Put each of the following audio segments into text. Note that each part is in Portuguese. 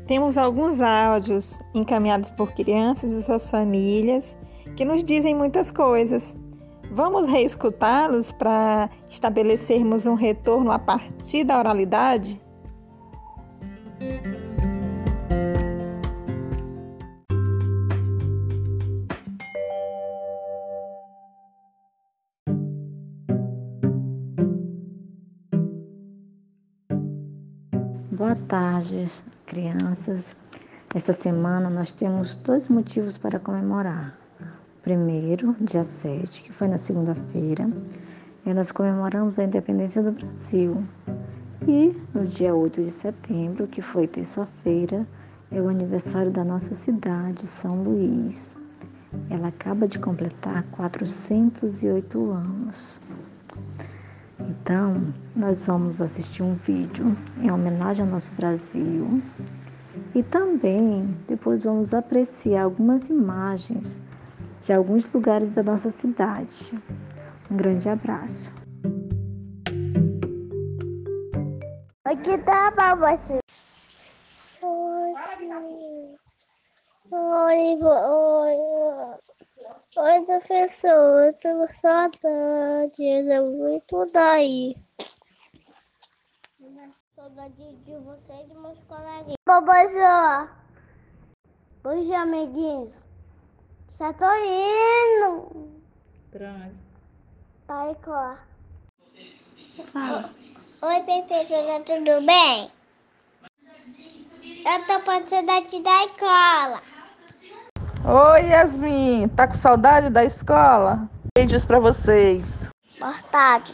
Temos alguns áudios encaminhados por crianças e suas famílias que nos dizem muitas coisas. Vamos reescutá-los para estabelecermos um retorno a partir da oralidade? Boa tarde, crianças. Esta semana nós temos 2 motivos para comemorar. Primeiro, dia 7, que foi na segunda-feira, nós comemoramos a independência do Brasil. E no dia 8 de setembro, que foi terça-feira, é o aniversário da nossa cidade, São Luís. Ela acaba de completar 408 anos. Então, nós vamos assistir um vídeo em homenagem ao nosso Brasil e também depois vamos apreciar algumas imagens de alguns lugares da nossa cidade. Um grande abraço. Aqui tá pra você. Oi, professor, eu tô com saudade, é muito daí. Saudade de você e de meus coleguinhas. Babazó! Oi, amiguinhos. Já tô indo. Pronto. Vai, Cor. Fala. Oi, professora, tudo bem? Eu tô passando da escola. Oi, Yasmin, tá com saudade da escola? Beijos para vocês. Boa tarde.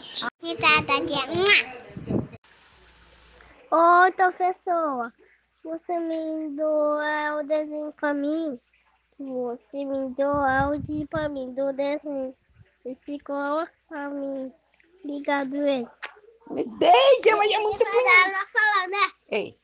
Oi, professora. Você me doou o desenho pra mim? Você me doou pra mim do desenho. Escola pra mim. Obrigado, hein? Beijo, mas é muito bonito. Ela falar, né? Ei.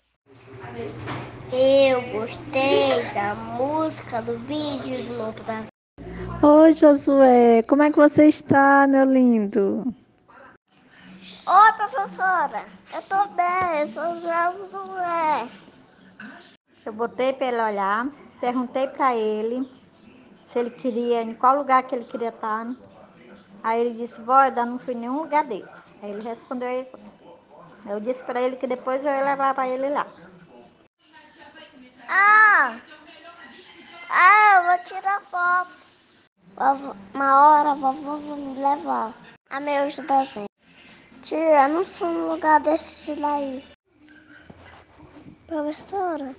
Eu gostei da música, do vídeo do meu Brasil. Oi, Josué, como é que você está, meu lindo? Oi, professora. Eu tô bem, eu sou Josué. Eu botei para ele olhar, perguntei para ele se ele queria, em qual lugar que ele queria estar. Aí ele disse, vó, eu não fui em nenhum lugar desse. Aí ele respondeu, eu disse para ele que depois eu ia levar para ele lá. Eu vou tirar foto. Uma hora a vovó vai me levar a meu desenho. Tia, eu não fui num lugar desse daí. Professora,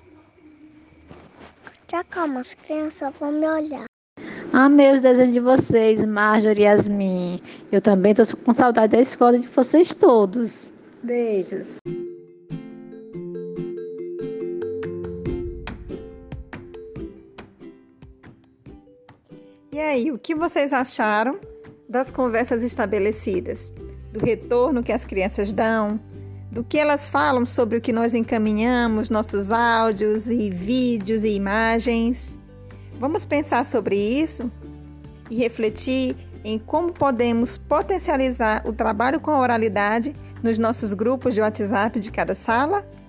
já calma, as crianças vão me olhar. Amei os desenhos de vocês, Marjorie e Yasmin. Eu também estou com saudade da escola de vocês todos. Beijos. E aí, o que vocês acharam das conversas estabelecidas? Do retorno que as crianças dão? Do que elas falam sobre o que nós encaminhamos, nossos áudios e vídeos e imagens? Vamos pensar sobre isso e refletir em como podemos potencializar o trabalho com a oralidade nos nossos grupos de WhatsApp de cada sala?